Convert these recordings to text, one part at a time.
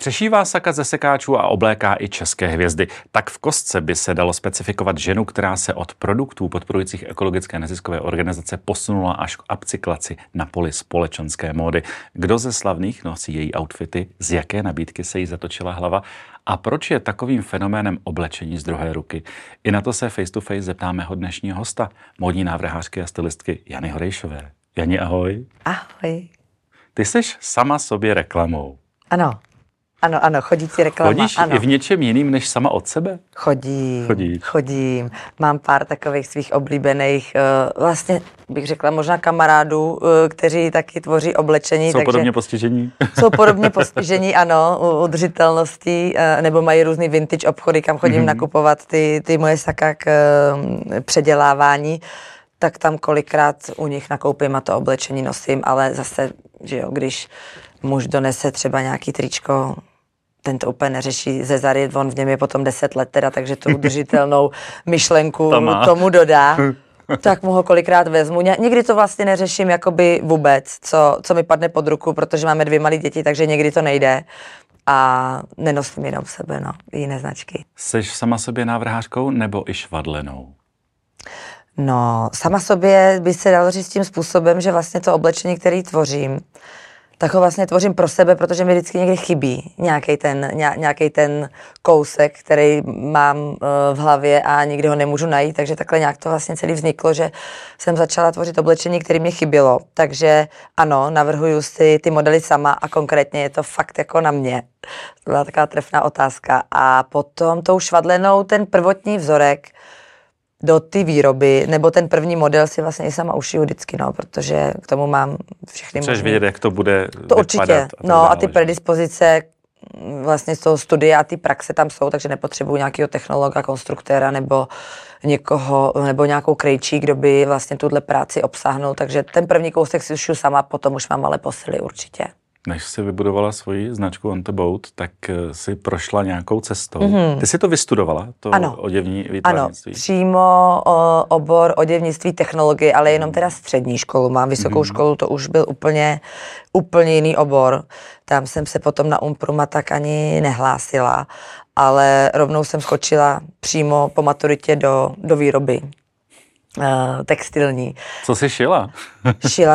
Přešívá saka ze sekáčů a obléká i české hvězdy. Tak v kostce by se dalo specifikovat ženu, která se od produktů podporujících ekologické neziskové organizace posunula až k upcyklaci na poli společenské módy. Kdo ze slavných nosí její outfity, z jaké nabídky se jí zatočila hlava a proč je takovým fenoménem oblečení z druhé ruky? I na to se face to face zeptáme ho dnešního hosta, módní návrhářky a stylistky Jany Horejšové. Jani, ahoj. Ahoj. Ty jsi sama sobě reklamou. Ano. Ano, chodící reklama. Chodíš ano. i v něčem jiným než sama od sebe? Chodím. Mám pár takových svých oblíbených, vlastně bych řekla možná kamarádů, kteří taky tvoří oblečení. Jsou podobně postižení? Jsou podobně postižení, ano, udržitelností, nebo mají různý vintage obchody, kam chodím nakupovat ty moje saka k předělávání. Tak tam kolikrát u nich nakoupím a to oblečení nosím, ale zase, že jo, když muž donese třeba nějaký tričko, ten to úplně neřeší ze Zary, on v něm je potom 10 let teda, takže tu udržitelnou myšlenku tomu dodá, tak mu ho kolikrát vezmu. Někdy to vlastně neřeším jakoby vůbec, co mi padne pod ruku, protože máme 2 malé děti, takže někdy to nejde a nenosím jenom sebe, no, jiné značky. Jseš sama sobě návrhářkou nebo i švadlenou? No, sama sobě by se dalo říct tím způsobem, že vlastně to oblečení, který tvořím, tak ho vlastně tvořím pro sebe, protože mi vždycky někdy chybí nějaký ten kousek, který mám v hlavě a nikdy ho nemůžu najít, takže takhle nějak to vlastně celý vzniklo, že jsem začala tvořit oblečení, který mě chybělo. Takže ano, navrhuju si ty modely sama a konkrétně je to fakt jako na mě. To byla taková trefná otázka. A potom tou švadlenou ten prvotní vzorek do ty výroby, nebo ten první model si vlastně i sama ušiju vždycky, no, protože k tomu mám všechny Chceš vědět, jak to bude to určitě, a ty predispozice vlastně z toho studia a ty praxe tam jsou, takže nepotřebuju nějakého technologa, konstruktéra nebo někoho, nebo nějakou krejčí, kdo by vlastně tuhle práci obsáhnul, takže ten první kousek si ušiju sama, potom už mám ale posily určitě. Než jsi vybudovala svoji značku On The Boat, tak si prošla nějakou cestou. Ty jsi to vystudovala, to oděvní výtvarnictví? Ano, přímo obor oděvnictví technologie, ale jenom teda střední školu. Mám vysokou školu, to už byl úplně jiný obor. Tam jsem se potom na Umpruma tak ani nehlásila, ale rovnou jsem skočila přímo po maturitě do výroby. Textilní. Co jsi šila? Šila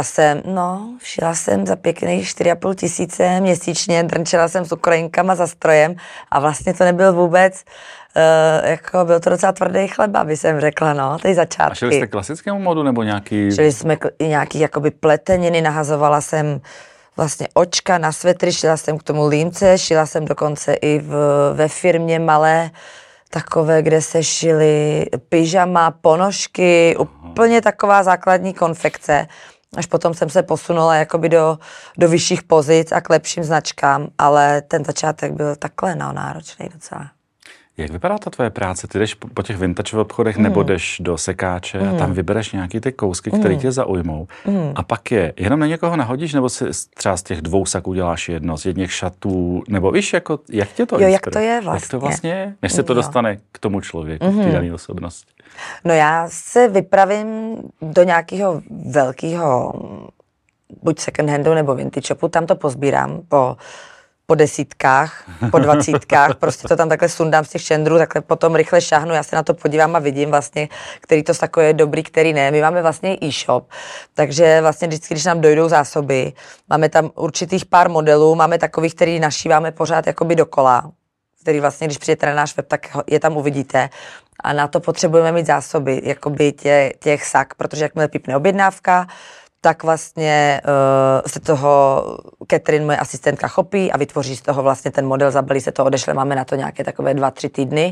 jsem za pěkných 4,5 tisíce měsíčně, drnčela jsem s Ukrajinkama za strojem a vlastně to nebyl vůbec, jako byl to docela tvrdý chleba, by jsem řekla, no, ty začátky. A šili jste klasickému modu nebo nějaký? Šili jsme i nějaký jakoby pleteniny, nahazovala jsem vlastně očka na svetry, šila jsem k tomu límce, šila jsem dokonce i ve firmě malé, takové, kde se šily pyžama, ponožky, úplně taková základní konfekce. Až potom jsem se posunula jakoby do vyšších pozic a k lepším značkám, ale ten začátek byl takhle náročný docela. Jak vypadá ta tvoje práce? Ty jdeš po těch vintage obchodech nebo jdeš do sekáče a tam vybereš nějaký ty kousky, které tě zaujmou a pak je jenom na někoho nahodíš nebo si třeba z těch 2 saků děláš jedno, z jedných šatů, nebo víš, jako, jak tě to inspiruje? Jak to je vlastně. Jak to vlastně je, než se to dostane k tomu člověku, k té dané osobnosti? No já se vypravím do nějakého velkého buď second handu nebo vintage shopu, tam to pozbírám po 10, po 20, prostě to tam takhle sundám z těch šendrů, takhle potom rychle šáhnu, já se na to podívám a vidím vlastně, který to takové je dobrý, který ne. My máme vlastně e-shop, takže vlastně vždycky, když nám dojdou zásoby, máme tam určitých pár modelů, máme takových, který našíváme pořád jakoby dokola, který vlastně, když přijete na náš web, tak je tam uvidíte. A na to potřebujeme mít zásoby, jakoby těch sak, protože jakmile pípne objednávka, tak vlastně se toho Catherine, moje asistentka, chopí a vytvoří z toho vlastně ten model, zabalí se to, odešle, máme na to nějaké takové 2-3 týdny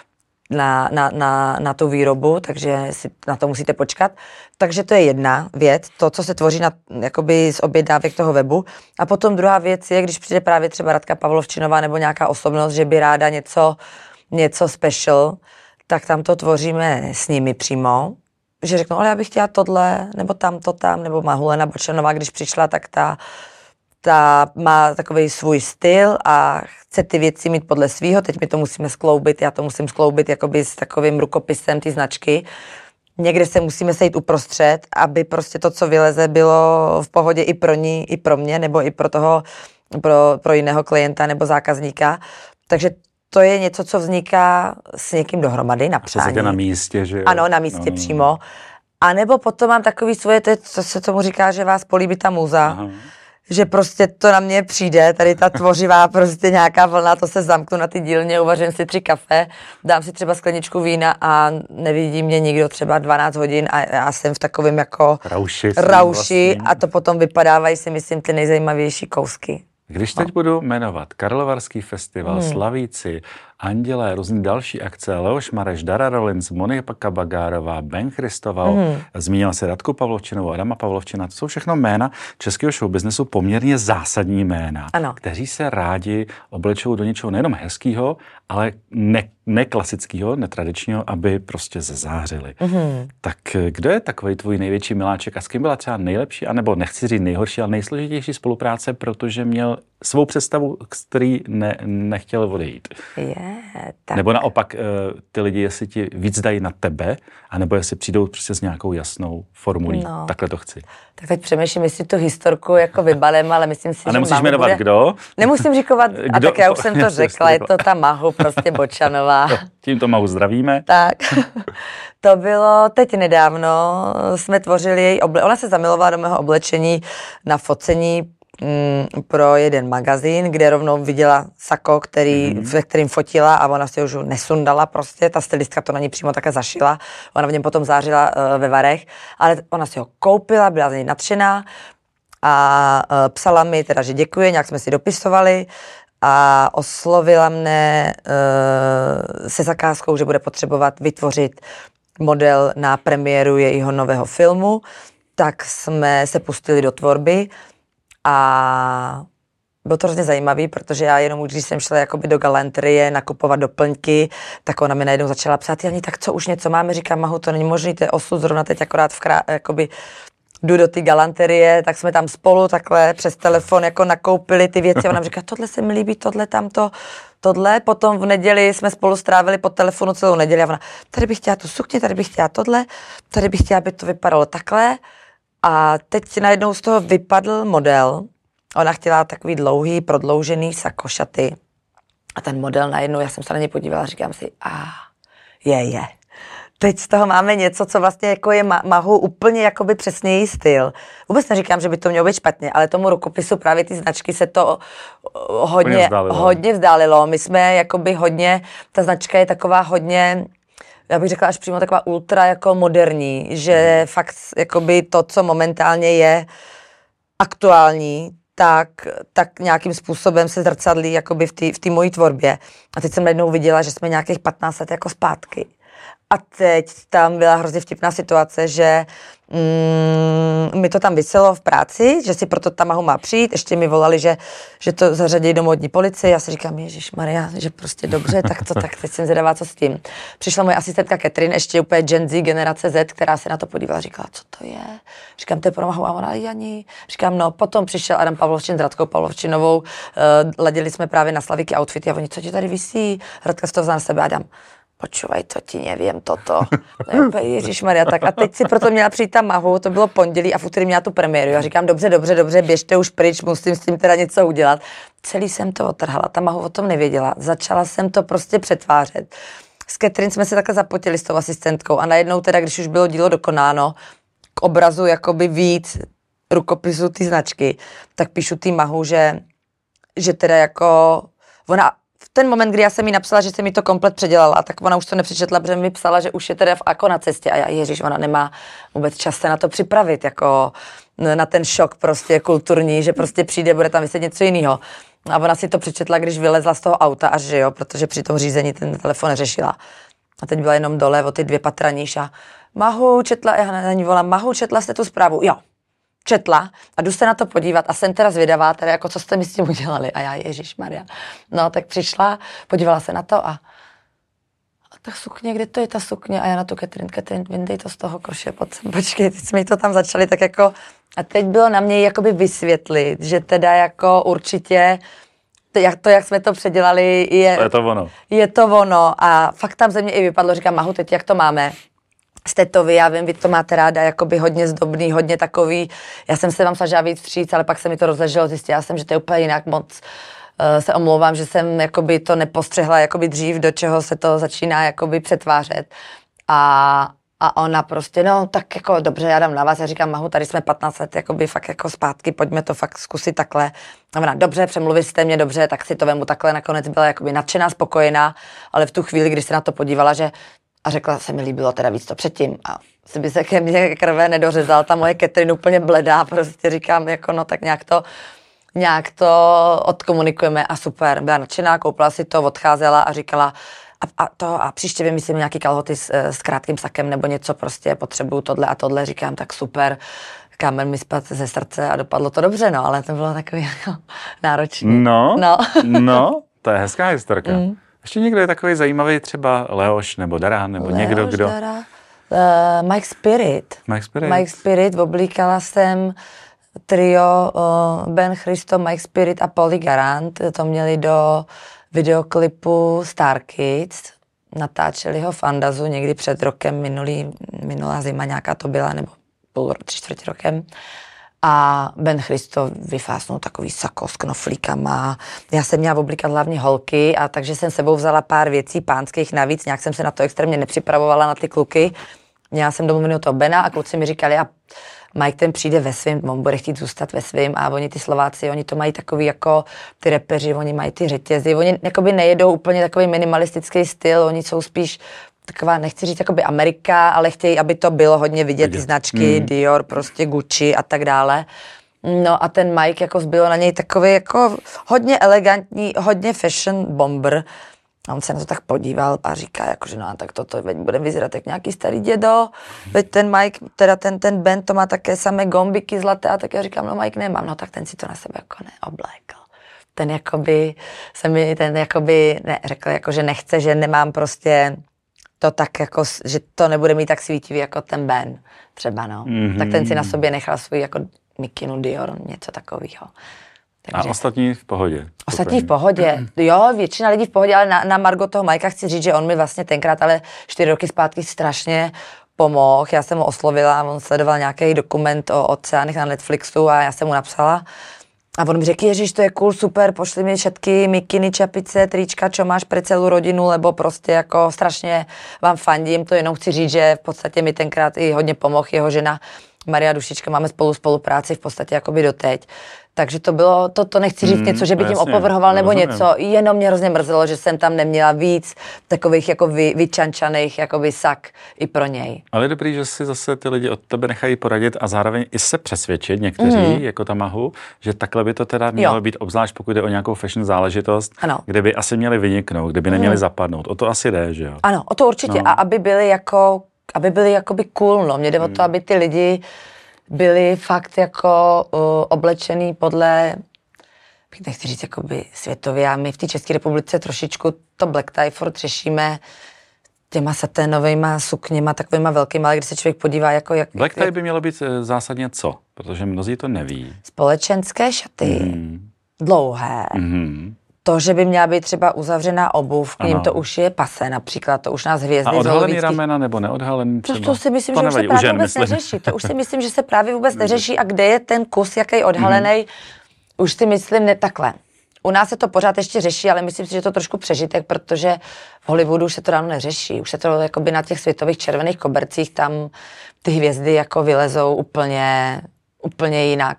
na tu výrobu, takže si na to musíte počkat. Takže to je jedna věc, to, co se tvoří jakoby z objednávek toho webu. A potom druhá věc je, když přijde právě třeba Radka Pavlovčinová nebo nějaká osobnost, že by ráda něco special, tak tam to tvoříme s nimi přímo. Že řeknou, ale já bych chtěla tohle, nebo tam, nebo Mahulena Bočanová, když přišla, tak ta má takový svůj styl a chce ty věci mít podle svýho, teď my to musíme skloubit, já to musím skloubit jakoby s takovým rukopisem ty značky. Někde se musíme sejít uprostřed, aby prostě to, co vyleze, bylo v pohodě i pro ní, i pro mě, nebo i pro toho pro jiného klienta nebo zákazníka. Takže to je něco, co vzniká s někým dohromady na přání. A na místě, že jo? Ano, na místě přímo. A nebo potom mám takový svoje, co se tomu říká, že vás políbí ta muza. Aha. Že prostě to na mě přijde, tady ta tvořivá prostě nějaká vlna, to se zamknu na ty dílně, uvařím si 3 kafe, dám si třeba skleničku vína a nevidí mě nikdo třeba 12 hodin a já jsem v takovém jako rauši a to potom vypadávají si myslím ty nejzajímavější kousky. Když teď budu jmenovat Karlovarský festival, Slavíci, Andělé, různý další akce, Leoš Mareš, Dara Rollins, Monika Bagárová, Ben Christoval, zmínila se Radku Pavlovčinovou, Adama Pavlovčina, to jsou všechno jména českého showbiznesu, poměrně zásadní jména, kteří se rádi oblečou do něčeho nejenom hezkýho, ale neklasického, netradičního, aby prostě zezářili. Tak kdo je takový tvůj největší miláček a s kým byla třeba nejlepší, anebo nechci říct nejhorší, ale nejsložitější spolupráce, protože měl svou představu, z který nechtěl odejít? Tak. Nebo naopak ty lidi, jestli ti víc dají na tebe, anebo jestli přijdou prostě s nějakou jasnou formulí. Takhle to chci. Tak teď přemýšlím, jestli tu historku jako vybalím, ale myslím si, a nemusíš jmenovat kdo? Nemusím říkovat, a tak já už jsem to řekla, je to ta Mahu prostě Bočanová. Tímto Mahu zdravíme. Tak, to bylo teď nedávno, jsme tvořili její ona se zamilovala do mého oblečení na focení pro jeden magazín, kde rovnou viděla sako, ve kterým fotila a ona si už nesundala prostě, ta stylistka to na ní přímo také zašila, ona v něm potom zářila ve Varech, ale ona si ho koupila, byla z něj nadšená a psala mi teda, že děkuje, nějak jsme si dopisovali a oslovila mne se zakázkou, že bude potřebovat vytvořit model na premiéru jejího nového filmu, tak jsme se pustili do tvorby. A bylo to hrozně zajímavý, protože já jenom když jsem šla jakoby do galanterie nakupovat doplňky, tak ona mi najednou začala psát, Jani, tak co už něco máme, říkám, Mahu, to není možný, to je osud, zrovna teď akorát jakoby jdu do ty galanterie, tak jsme tam spolu takhle přes telefon jako nakoupili ty věci. Ona mi říká, tohle se mi líbí, tohle, tamto, tohle. Potom v neděli jsme spolu strávili po telefonu celou neděli a ona, tady bych chtěla tu sukni, tady bych chtěla tohle, tady bych chtěla, aby to vypadalo takhle. A teď najednou z toho vypadl model. Ona chtěla takový dlouhý, prodloužený sakošaty. A ten model najednou, já jsem se na něj podívala a říkám si, je. Teď z toho máme něco, co vlastně jako je Mahu úplně jakoby přesně její styl. Vůbec neříkám, že by to mělo být špatně, ale tomu rukopisu právě ty značky se to hodně vzdálilo. My jsme jakoby hodně, ta značka je taková hodně, já bych řekla až přímo taková ultra jako moderní, že fakt jakoby to, co momentálně je aktuální, tak nějakým způsobem se zrcadlí jakoby v té mojí tvorbě. A teď jsem najednou viděla, že jsme nějakých 15 let jako zpátky. A teď tam byla hrozně vtipná situace, že mi to tam viselo v práci, že si proto ta Mahu má přijít, ještě mi volali, že to zařadí do módní policie, já si říkám, ježišmarja, že prostě dobře, tak teď jsem zvědavá, co s tím. Přišla moje asistentka Catherine, ještě úplně Gen Z, generace Z, která se na to podívala, říkala, co to je? Říkám, to je pro Mahu, a ona, Jani. Říkám, no, potom přišel Adam Pavlovčin s Radkou Pavlovčinovou, ladili jsme právě na Slavíky outfity a oni, co ti tady visí? Radka si to vzala na sebe, Adam. Počúvaj, to ti nevím, toto. Ježišmarja, tak a teď si proto měla přijít ta Mahu, to bylo pondělí a v úterý měla tu premiéru. Já říkám, dobře, běžte už pryč, musím s tím teda něco udělat. Celý jsem to otrhala, ta Mahu o tom nevěděla. Začala jsem to prostě přetvářet. S Catherine jsme se takhle zapotili s tou asistentkou a najednou teda, když už bylo dílo dokonáno, k obrazu jakoby víc rukopisu té značky, tak píšu tý Mahu, že teda jako ona v ten moment, kdy já jsem jí napsala, že jsem jí to komplet předělala, tak ona už to nepřečetla, protože mi psala, že už je teda jako na cestě a já, ježiš, ona nemá vůbec čas se na to připravit, jako na ten šok prostě kulturní, že prostě přijde, bude tam vyset něco jiného. A ona si to přečetla, když vylezla z toho auta až, že jo, protože při tom řízení ten telefon neřešila. A teď byla jenom dole o ty 2 patra níž a Mahu četla, já na ní volám, Mahu, četla jste tu zprávu? Jo. Četla a jdu se na to podívat a jsem teda zvědavá, teda jako co jste mi s tím udělali a já, ježišmarja. No tak přišla, podívala se na to a ta sukně, kde to je ta sukně? A já na tu Catherine, vyndej to z toho koše, počkej, teď jsme jí to tam začali tak jako a teď bylo na mě jakoby vysvětlit, že teda jako určitě jak jsme to předělali, je to ono a fakt tam ze mě i vypadlo, říkám, Mahu, teď jak to máme? Stetovi, já vím, vy to máte ráda, jakoby hodně zdobný, hodně takový, já jsem se vám snažila víc vstříc, ale pak se mi to rozleželo, zjistila jsem, že to je úplně jinak moc. Se omlouvám, že jsem jakoby to nepostřehla jakoby dřív, do čeho se to začíná jakoby přetvářet. A ona prostě, no tak jako dobře, já dám na vás, já říkám, Mahu, tady jsme 15 let jakoby fakt jako zpátky, pojďme to fakt zkusit takhle. A ona, dobře, přemluvili jste mě dobře, tak si to vemu takhle, nakonec byla jakoby nadšená, spokojená, ale v tu chvíli, když se na to podívala, že a řekla, se mi líbilo teda víc to předtím a si by se ke mně krve nedořezal, ta moje Catherine úplně bledá, prostě říkám, jako no tak nějak to odkomunikujeme a super, byla nadšená, koupila si to, odcházela a říkala, a příště vymyslím nějaký kalhoty s krátkým sakem nebo něco, prostě potřebuju tohle a tohle, říkám, tak super, kámen mi spad ze srdce a dopadlo to dobře, no, ale to bylo takový jako náročný. No, to je hezká historka. Ještě někdo je takový zajímavý, třeba Leoš nebo Darán, nebo někdo, kdo... Mike Spirit, oblíkala jsem trio Ben Christo, Mike Spirit a Polly Garant, to měli do videoklipu Star Kids, natáčeli ho v Andazu někdy před rokem, minulá zima nějaká to byla, nebo 3/4 rokem. A Ben Christo vyfásnul takový sako s knoflíkama. Já jsem měla oblíkat hlavně holky, a takže jsem sebou vzala pár věcí pánských navíc, nějak jsem se na to extrémně nepřipravovala na ty kluky. Měla jsem domluvenou toho Bena a kluci mi říkali, a Mike ten přijde ve svým, on bude chtít zůstat ve svým a oni ty Slováci, oni to mají takový jako ty repeři, oni mají ty řetězy, oni jakoby nejedou úplně takový minimalistický styl, oni jsou spíš taková, nechci říct jakoby Amerika, ale chtějí, aby to bylo hodně vidět, ty značky, Dior, prostě Gucci a tak dále. No a ten Mike jako zbylo na něj takový jako hodně elegantní, hodně fashion bomber. A on se na to tak podíval a říká, jakože no tak toto bude vyzerát jak nějaký starý dědo. Veď ten Mike, teda ten Ben, to má také samé gombiky zlaté a tak já říkám, no Mike nemám, no tak ten si to na sebe jako neoblékal. Ten jakoby řekl, jako, že nechce, že nemám prostě to tak jako, že to nebude mít tak svítivý jako ten Ben třeba, no. Tak ten si na sobě nechal svůj jako mikinu Dior, něco takového. Takže... A ostatní v pohodě. Ostatní v pohodě, jo, většina lidí v pohodě, ale na margo toho Majka chci říct, že on mi vlastně tenkrát, ale 4 roky zpátky strašně pomohl. Já jsem ho oslovila, on sledoval nějaký dokument o oceánech na Netflixu a já jsem mu napsala. A on mi řekl, ježiš, to je cool, super, pošli mi všetky mikiny, čapice, trička, čo máš pre celou rodinu, lebo prostě jako strašně vám fandím, to jenom chci říct, že v podstatě mi tenkrát i hodně pomohl jeho žena Maria Dušička, máme spolupráci v podstatě jakoby doteď. Takže to bylo, to nechci říct něco, že by tím opovrhoval nebo něco, jenom mě hrozně mrzelo, že jsem tam neměla víc takových jako vyčančaných jakoby sak i pro něj. Ale je dobrý, že si zase ty lidi od tebe nechají poradit a zároveň i se přesvědčit někteří, jako ta Mahu, že takhle by to teda mělo být, obzvlášť pokud jde o nějakou fashion záležitost, kde by asi měli vyniknout, kde by neměli zapadnout. O to asi jde, že jo? Ano, o to určitě. No. A aby byli jakoby cool, no. Mně jde o to, aby ty lidi byli fakt jako oblečený podle, nechci říct, jakoby světově. A my v té České republice trošičku to black tie furt řešíme těma saténovejma sukněma, takovýma velkýma, ale když se člověk podívá, jako jak... Black tie by mělo být zásadně co? Protože mnozí to neví. Společenské šaty, dlouhé. To, že by měla být třeba uzavřená obuv, k ním to už je pase, například, to už nás hvězdy. A odhalený ramena nebo neodhalený třeba? To si myslím, že už se právě vůbec neřeší. To už si myslím, že se právě vůbec neřeší. A kde je ten kus, jaký odhalený, už si myslím takhle. U nás se to pořád ještě řeší, ale myslím si, že je to trošku přežitek, protože v Hollywoodu už se to dávno neřeší. Už se to jakoby na těch světových červených kobercích tam ty hvězdy jako vylezou úplně jinak,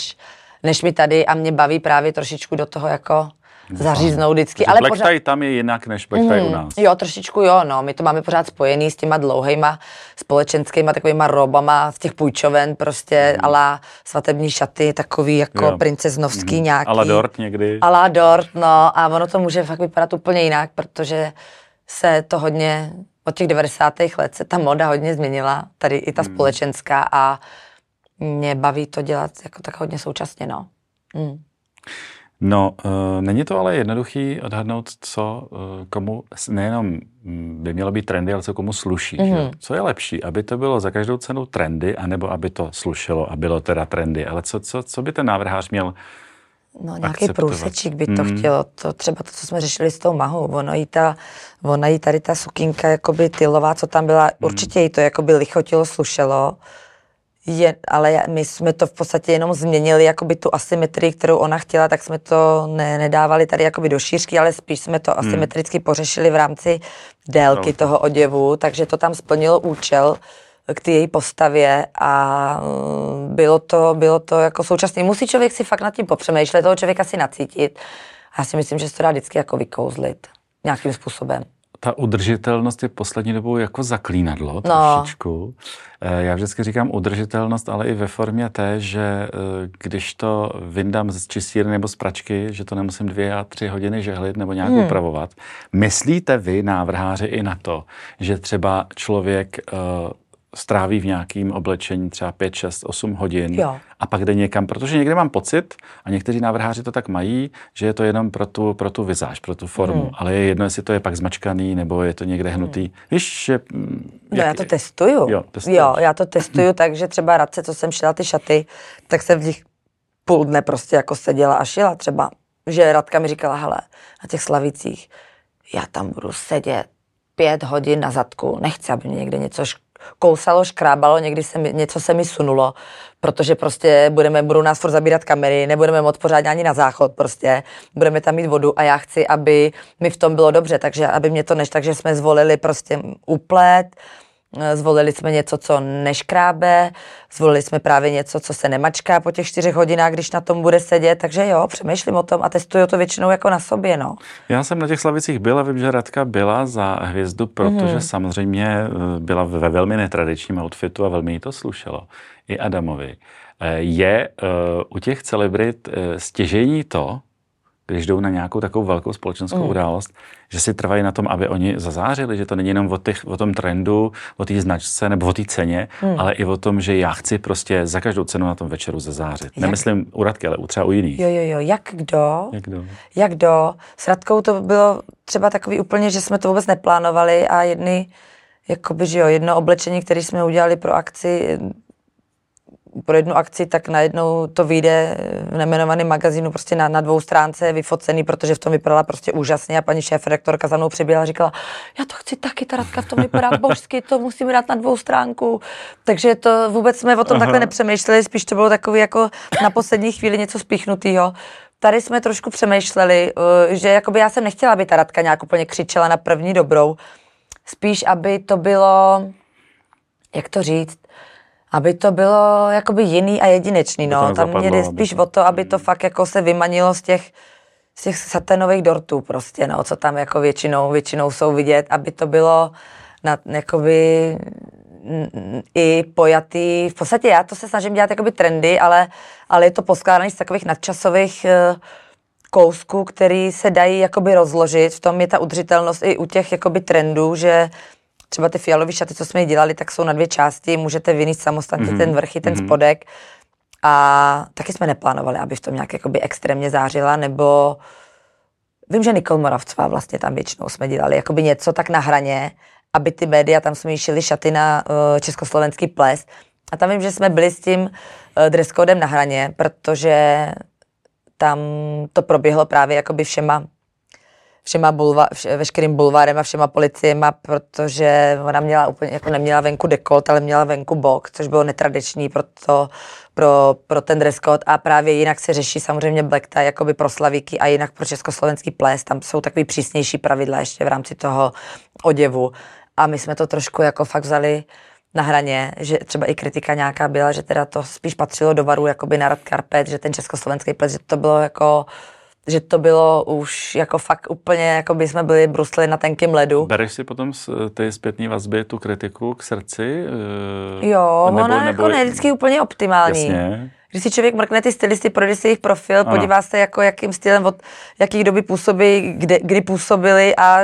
než mi tady, a mě baví právě trošičku do toho jako zaříznout vždycky. Ale black tie tam je jinak než black tie u nás. Jo, trošičku jo, no. My to máme pořád spojený s těma dlouhejma společenskýma takovýma robama z těch půjčoven, prostě ala svatební šaty, takový jako princeznovský nějaký. Ala dort někdy. Ala dort, no. A ono to může fakt vypadat úplně jinak, protože se to hodně, od těch 90. let se ta moda hodně změnila, tady i ta společenská, a mě baví to dělat jako tak hodně současně, no. No, není to ale jednoduchý odhadnout, co komu nejenom by mělo být trendy, ale co komu sluší. Že? Co je lepší, aby to bylo za každou cenu trendy, anebo aby to slušelo a bylo teda trendy. Ale co by ten návrhář měl No nějaký průsečík by to chtělo, to třeba to, co jsme řešili s tou mahou, ona jí tady ta sukínka jakoby tylová, co tam byla, určitě jí to jakoby lichotilo, slušelo, ale my jsme to v podstatě jenom změnili, jakoby tu asymetrii, kterou ona chtěla, tak jsme to nedávali tady jakoby do šířky, ale spíš jsme to asymetricky pořešili v rámci délky toho oděvu, takže to tam splnilo účel k té její postavě a bylo to jako současný. Musí člověk si fakt nad tím popřemýšlet, toho člověka si nacítit. Já si myslím, že se to dá vždycky jako vykouzlit nějakým způsobem. Ta udržitelnost je poslední dobou jako zaklínadlo trošičku. Já vždycky říkám udržitelnost, ale i ve formě té, že když to vyndám z čistírny nebo z pračky, že to nemusím 2 a 3 hodiny žehlit nebo nějak upravovat. Myslíte vy, návrháři, i na to, že třeba člověk stráví v nějakým oblečení třeba 5, 6, 8 hodin a pak jde někam, protože někdy mám pocit, a někteří návrháři to tak mají, že je to jenom pro tu vizáž, pro tu formu, ale je jedno, jestli to je pak zmačkaný, nebo je to někde hnutý. Víš, že... já to testuju. Jo, já to testuju, takže třeba Radce, co jsem šila ty šaty, tak jsem v nich půl dne prostě jako seděla a šila třeba, že Radka mi říkala, hele, na těch Slavících, já tam budu sedět 5 hodin na zadku, nechci, aby mě někde něco kousalo, škrábalo, někdy něco se mi sunulo, protože prostě budou nás furt zabírat kamery, nebudeme moc pořádně ani na záchod prostě, budeme tam mít vodu a já chci, aby mi v tom bylo dobře, takže aby mě to takže jsme zvolili prostě úplet, zvolili jsme něco, co neškrábe, zvolili jsme právě něco, co se nemačká po těch 4 hodinách, když na tom bude sedět, takže jo, přemýšlím o tom a testuju to většinou jako na sobě, no. Já jsem na těch Slavicích byl a vím, že Radka byla za hvězdu, protože samozřejmě byla ve velmi netradičním outfitu a velmi jí to slušelo. I Adamovi. Je u těch celebrit stěžejní to, když jdou na nějakou takovou velkou společenskou událost, že si trvají na tom, aby oni zazářili, že to není jenom o tom trendu, o té značce nebo o té ceně, ale i o tom, že já chci prostě za každou cenu na tom večeru zazářit. Nemyslím u Radky, ale třeba u jiných. Jo, jak kdo. S Radkou to bylo třeba takový úplně, že jsme to vůbec neplánovali a jedno oblečení, které jsme udělali pro jednu akci, tak najednou to vyjde v nejmenovaném magazínu prostě na 2 stránce vyfocený, protože v tom vypadala prostě úžasně a paní šéfredaktorka za mnou přiběhla a říkala, já to chci taky, ta Radka v tom vypadá božsky, to musíme dát na 2 stránku. Takže to vůbec jsme o tom takhle nepřemýšleli, spíš to bylo takový jako na poslední chvíli něco spíchnutýho. Tady jsme trošku přemýšleli, že jakoby já jsem nechtěla, aby ta Radka nějak úplně křičela na první dobrou, spíš aby to bylo, jak to říct, aby to bylo jakoby jiný a jedinečný, no. Tam mě jde spíš o to, aby to fakt jako se vymanilo z těch saténových dortů prostě, no, co tam jako většinou jsou vidět, aby to bylo jakoby i pojatý. V podstatě já to se snažím dělat jakoby trendy, ale je to poskládaný z takových nadčasových kousků, který se dají jakoby rozložit. V tom je ta udržitelnost i u těch jakoby trendů, že třeba ty fialové šaty, co jsme dělali, tak jsou na 2 části, můžete vynést samostatně ten vrch i ten spodek. A taky jsme neplánovali, aby v tom nějak jakoby extrémně zářila, nebo vím, že Nikol Moravcová vlastně tam většinou jsme dělali jakoby něco tak na hraně, aby ty média, tam jsme jí šili šaty na československý ples. A tam vím, že jsme byli s tím dress codem na hraně, protože tam to proběhlo právě jakoby veškerým bulvárem a všema policiema, protože ona měla úplně, jako neměla venku dekolt, ale měla venku bok, což bylo netradiční pro ten dress code a právě jinak se řeší samozřejmě black tie jakoby pro slavíky a jinak pro československý ples, tam jsou takový přísnější pravidla ještě v rámci toho oděvu a my jsme to trošku jako fakt vzali na hraně, že třeba i kritika nějaká byla, že teda to spíš patřilo do varu jakoby na red carpet, že ten československý ples, že to bylo už jako fakt úplně, jako by jsme byli brusli na tenkém ledu. Bereš si potom ty zpětné vazby tu kritiku k srdci? Jo, ona jako ne vždycky úplně optimální. Jasně. Když si člověk mrkne ty stylisty, projde si jejich profil, podívá se jako jakým stylem, od jakých doby působí, kdy působili a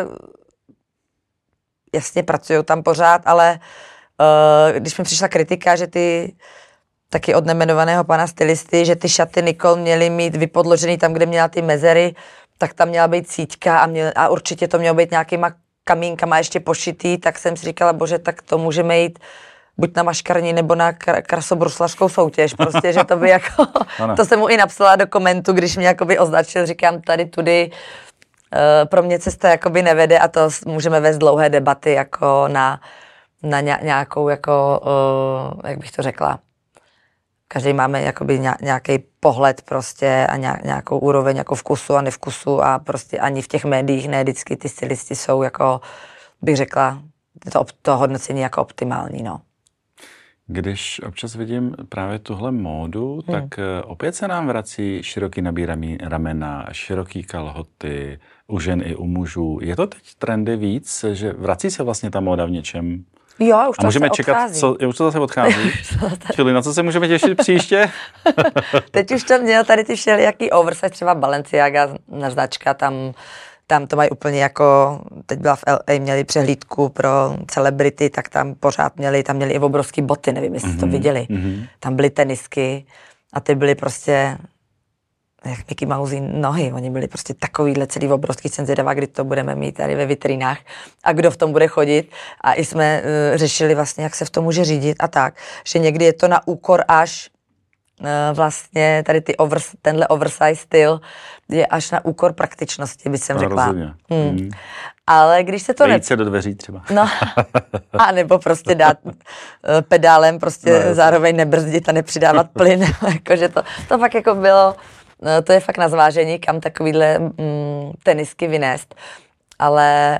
jasně pracují tam pořád, ale když mi přišla kritika, že ty taky od nejmenovaného pana stylisty, že ty šaty Nikol měly mít vypodložený tam, kde měla ty mezery, tak tam měla být síťka a určitě to mělo být nějakýma kamínkama ještě pošitý, tak jsem si říkala, bože, tak to můžeme jít buď na maškarní nebo na krasobruslařskou soutěž, prostě, že to by jako, to jsem mu i napsala do komentu, když mě jakoby označil, říkám tady tudy, pro mě cesta jakoby nevede a to můžeme vést dlouhé debaty jako na nějakou jako, jak bych to řekla, každý máme jakoby nějaký pohled prostě a nějakou úroveň jako vkusu a nevkusu a prostě ani v těch médiích ne vždycky ty stylisti jsou jako, bych řekla, to hodnocení jako optimální, no. Když občas vidím právě tuhle módu, tak opět se nám vrací široký nabíraný ramena, široký kalhoty, u žen i u mužů. Je to teď trendy víc, že vrací se vlastně ta móda v něčem? Jo, už to a můžeme zase čekat, odchází. Už to zase odchází. Čili na co se můžeme těšit příště? Teď už to měl tady ty všelijaký oversize, třeba Balenciaga značka, tam to mají úplně jako, teď byla v LA, měli přehlídku pro celebrity, tak tam pořád měli i obrovský boty, nevím, jestli to viděli. Tam byly tenisky a ty byly prostě jak Mickey Mouse nohy, oni byli prostě takovýhle celý obrovský, jsem zvědavá, kdy to budeme mít tady ve vitrinách a kdo v tom bude chodit a i jsme řešili vlastně, jak se v tom může řídit a tak, že někdy je to na úkor až vlastně tady tenhle oversize styl je až na úkor praktičnosti, by jsem řekla. Ale když se to Vejít se do dveří třeba. No, a nebo prostě dát pedálem, prostě zároveň nebrzdit a nepřidávat plyn, jakože to fakt jako bylo, to je fakt na zvážení, kam takovýhle tenisky vynést. Ale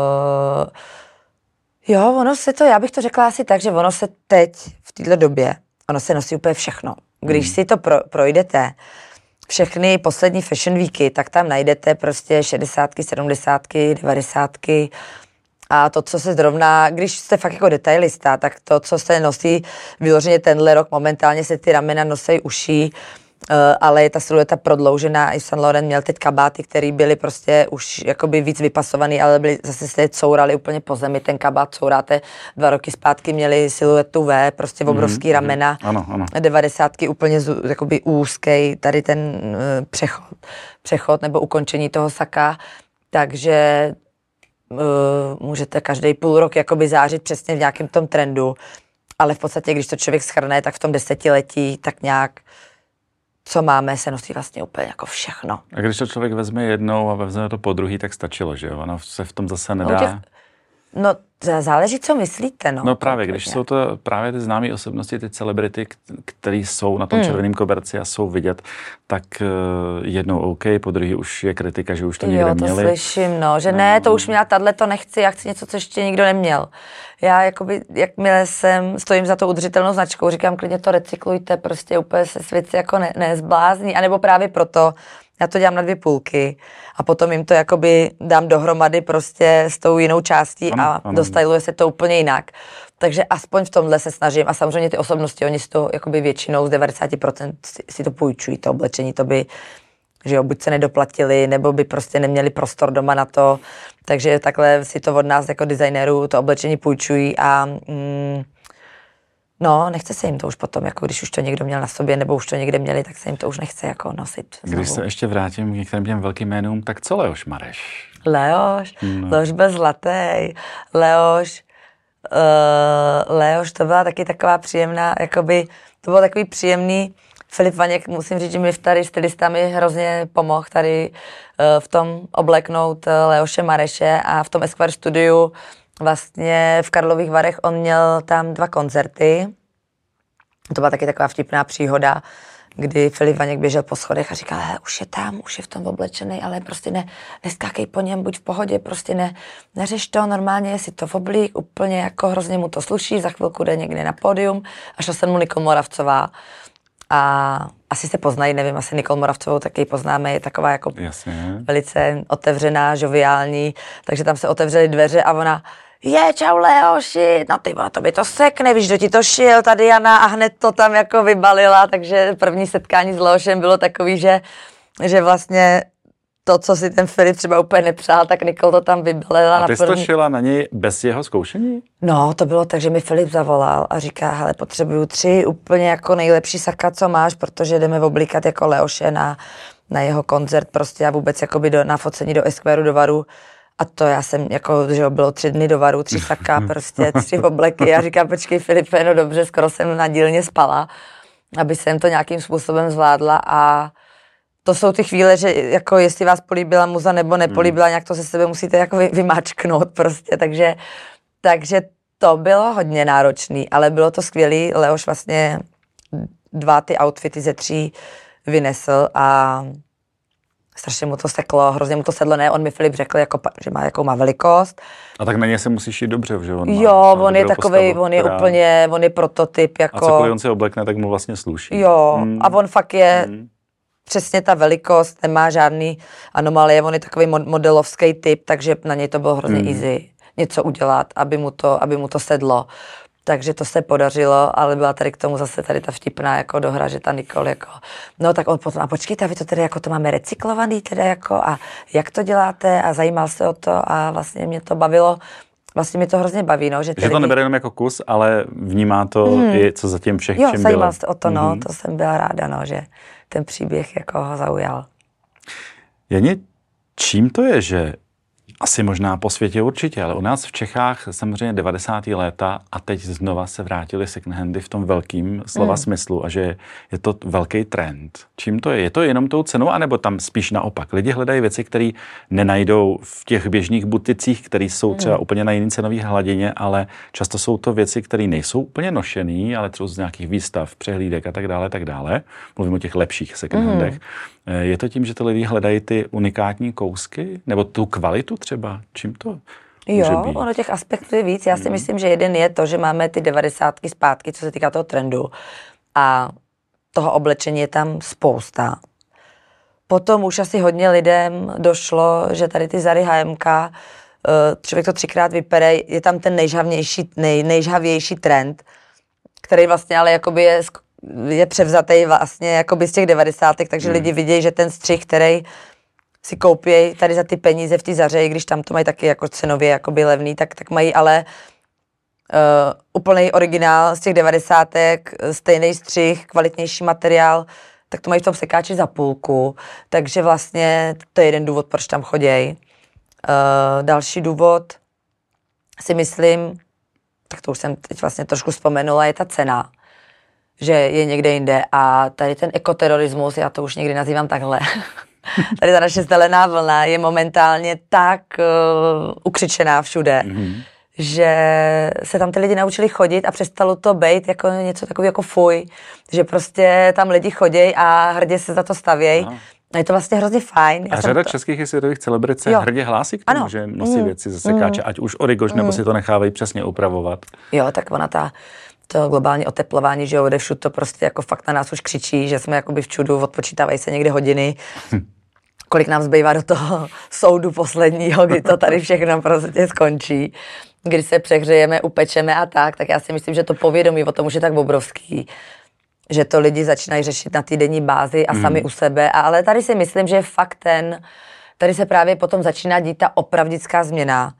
jo, ono se to, já bych to řekla asi tak, že ono se teď v této době, ono se nosí úplně všechno. Když si to projdete, všechny poslední fashion weeky, tak tam najdete prostě 60, 70, 90 a to, co se zrovna, když jste fakt jako detailista, tak to, co se nosí vyloženě tenhle rok, momentálně se ty ramena nosí uší, ale je ta silueta prodloužená. I Saint Laurent měl teď kabáty, které byly prostě už jakoby víc vypasovaný, ale byly, zase se courali úplně po zemi. Ten kabát couráte 2 roky zpátky, měli siluetu V, prostě obrovský ramena. Ano. 90 úplně jakoby úzký, tady ten přechod nebo ukončení toho saka. Takže můžete každý půl rok jakoby zářit přesně v nějakém tom trendu, ale v podstatě, když to člověk shrne, tak v tom 10letí tak nějak co máme, se nosí vlastně úplně jako všechno. A když to člověk vezme jednou a vezme to po druhý, tak stačilo, že jo? Ono se v tom zase nedá. No, záleží, co myslíte, no. No právě, když jsou to právě ty známé osobnosti, ty celebrity, které jsou na tom červeném koberci a jsou vidět, tak jednou OK, po druhý už je kritika, že už to někde měli. Jo, to slyším, no, že ne, to už měla tahle, to nechci, já chci něco, co ještě nikdo neměl. Já jakoby, jakmile stojím za tou udržitelnou značkou, říkám, klidně to recyklujte, prostě úplně se svět jako nezblázní, anebo právě proto, já to dělám na 2 půlky a potom jim to jakoby dám dohromady prostě s tou jinou částí a dostyluje se to úplně jinak. Takže aspoň v tomhle se snažím a samozřejmě ty osobnosti, oni si to jakoby většinou z 90% si to půjčují, to oblečení, to by, že jo, buď se nedoplatili, nebo by prostě neměli prostor doma na to, takže takhle si to od nás jako designérů to oblečení půjčují a no, nechce se jim to už potom, jako když už to někdo měl na sobě, nebo už to někde měli, tak se jim to už nechce jako nosit. Znovu. Když se ještě vrátím k některým těm velkým jménům, tak co Leoš Mareš? Leoš byl zlatý. Leoš, to byla taky taková příjemná, jakoby, to bylo takový příjemný. Filip Vaněk, musím říct, že mi tady stylista mi hrozně pomohl tady v tom obleknout Leoše Mareše a v tom Esquire studiu vlastně v Karlových Varech on měl tam 2 koncerty. To byla taky taková vtipná příhoda, kdy Filip Vaněk běžel po schodech a říkal, už je tam, už je v tom oblečený, ale prostě neskákej po něm, buď v pohodě, prostě neřeš to, normálně je si to v oblík, úplně jako hrozně mu to sluší, za chvilku jde někde na pódium a šla jsem mu Nikol Moravcová. A asi se poznají, nevím, asi Nikol Moravcovou taky poznáme, je taková jako velice otevřená, žoviální, takže tam se otevřely dveře a ona, čau Leoši, no ty to by to sekne, víš, kdo ti to šil, tady Jana a hned to tam jako vybalila, takže první setkání s Leošem bylo takový, že vlastně to, co si ten Filip třeba úplně nepřál, tak Nikol to tam vybalila. A ty jsi to šila na něj bez jeho zkoušení? No, to bylo tak, že mi Filip zavolal a říká, hele, potřebuju 3 úplně jako nejlepší saka, co máš, protože jdeme oblíkat jako Leoše na jeho koncert prostě a vůbec jakoby na focení do Esquireu do Varu. A to já jsem, jako, že bylo 3 dny do varu, 3 saka, prostě 3 obleky. Já říkám, počkej Filipe, no dobře, skoro jsem na dílně spala, aby jsem to nějakým způsobem zvládla a to jsou ty chvíle, že jako jestli vás políbila muza nebo nepolíbila, nějak to se sebe musíte jako vymáčknout prostě, takže to bylo hodně náročný, ale bylo to skvělý. Leoš vlastně 2 ty outfity ze 3 vynesl a strašně mu to seklo, hrozně mu to sedlo, ne, on mi Filip řekl, jako, že má, jakou má velikost. A tak na něj se musíš jít dobře, že on on je takovej, on je úplně, on je prototyp, jako. A cokoliv on si oblekne, tak mu vlastně sluší. Jo, a on fakt je přesně ta velikost, nemá žádný anomálie, on je takový modelovský typ, takže na něj to bylo hrozně easy něco udělat, aby mu to sedlo. Takže to se podařilo, ale byla tady k tomu zase tady ta vtipná jako dohra, že ta Nicole jako, no tak on potom, a počkejte, a vy to tedy jako to máme recyklovaný teda jako a jak to děláte a zajímal se o to a vlastně mě to bavilo, vlastně mě to hrozně baví, no. Že to nebere jenom jako kus, ale vnímá to i co zatím všem bylo. Jo, zajímal se o to, no, to jsem byla ráda, no, že ten příběh jako ho zaujal. Janě, čím to je, že asi možná po světě určitě, ale u nás v Čechách samozřejmě 90. léta a teď znova se vrátily second-handy v tom velkým slova smyslu a že je to velký trend. Čím to je? Je to jenom tou cenou, anebo tam spíš naopak? Lidi hledají věci, které nenajdou v těch běžných buticích, které jsou třeba úplně na jiný cenový hladině, ale často jsou to věci, které nejsou úplně nošený, ale třeba z nějakých výstav, přehlídek a tak dále, tak dále. Mluvím o těch lepších second-handech. Je to tím, že ty lidi hledají ty unikátní kousky? Nebo tu kvalitu třeba? Čím to může být? Ono těch aspektů je víc. Já si myslím, že jeden je to, že máme ty 90 zpátky, co se týká toho trendu. A toho oblečení je tam spousta. Potom už asi hodně lidem došlo, že tady ty Zary HMK, člověk to 3krát vypere, je tam ten nejžhavější trend, který vlastně ale jakoby je převzatý vlastně jakoby z těch 90. takže lidi vidějí, že ten střih, který si koupí tady za ty peníze v té Zaře, i když tam to mají taky jako cenově jakoby levný, tak mají ale úplný originál z těch 90. stejný střih, kvalitnější materiál, tak to mají v tom sekáči za půlku, takže vlastně to je jeden důvod, proč tam chodějí. Další důvod si myslím, tak to už jsem teď vlastně trošku vzpomenula, je ta cena, že je někde jinde a tady ten ekoterorismus, já to už někdy nazývám takhle, tady ta naše zelená vlna je momentálně tak ukřičená všude, že se tam ty lidi naučili chodit a přestalo to být jako něco takového jako fuj, že prostě tam lidi chodí a hrdě se za to stavějí. A je to vlastně hrozně fajn. A řada českých i světových celebrit se hrdě hlásí k tomu, že nosí věci ze sekáče, ať už origoš, nebo si to nechávají přesně upravovat. Jo, tak ona to globální oteplování, že jo, odevšud to prostě jako fakt na nás už křičí, že jsme jakoby v čudu, odpočítávají se někde hodiny. Kolik nám zbývá do toho soudu posledního, kdy to tady všechno prostě skončí, kdy se přehřejeme, upečeme a tak já si myslím, že to povědomí o tom už je tak obrovský, že to lidi začínají řešit na týdenní bázi a sami u sebe, ale tady si myslím, že je fakt tady se právě potom začíná dít ta opravdická změna,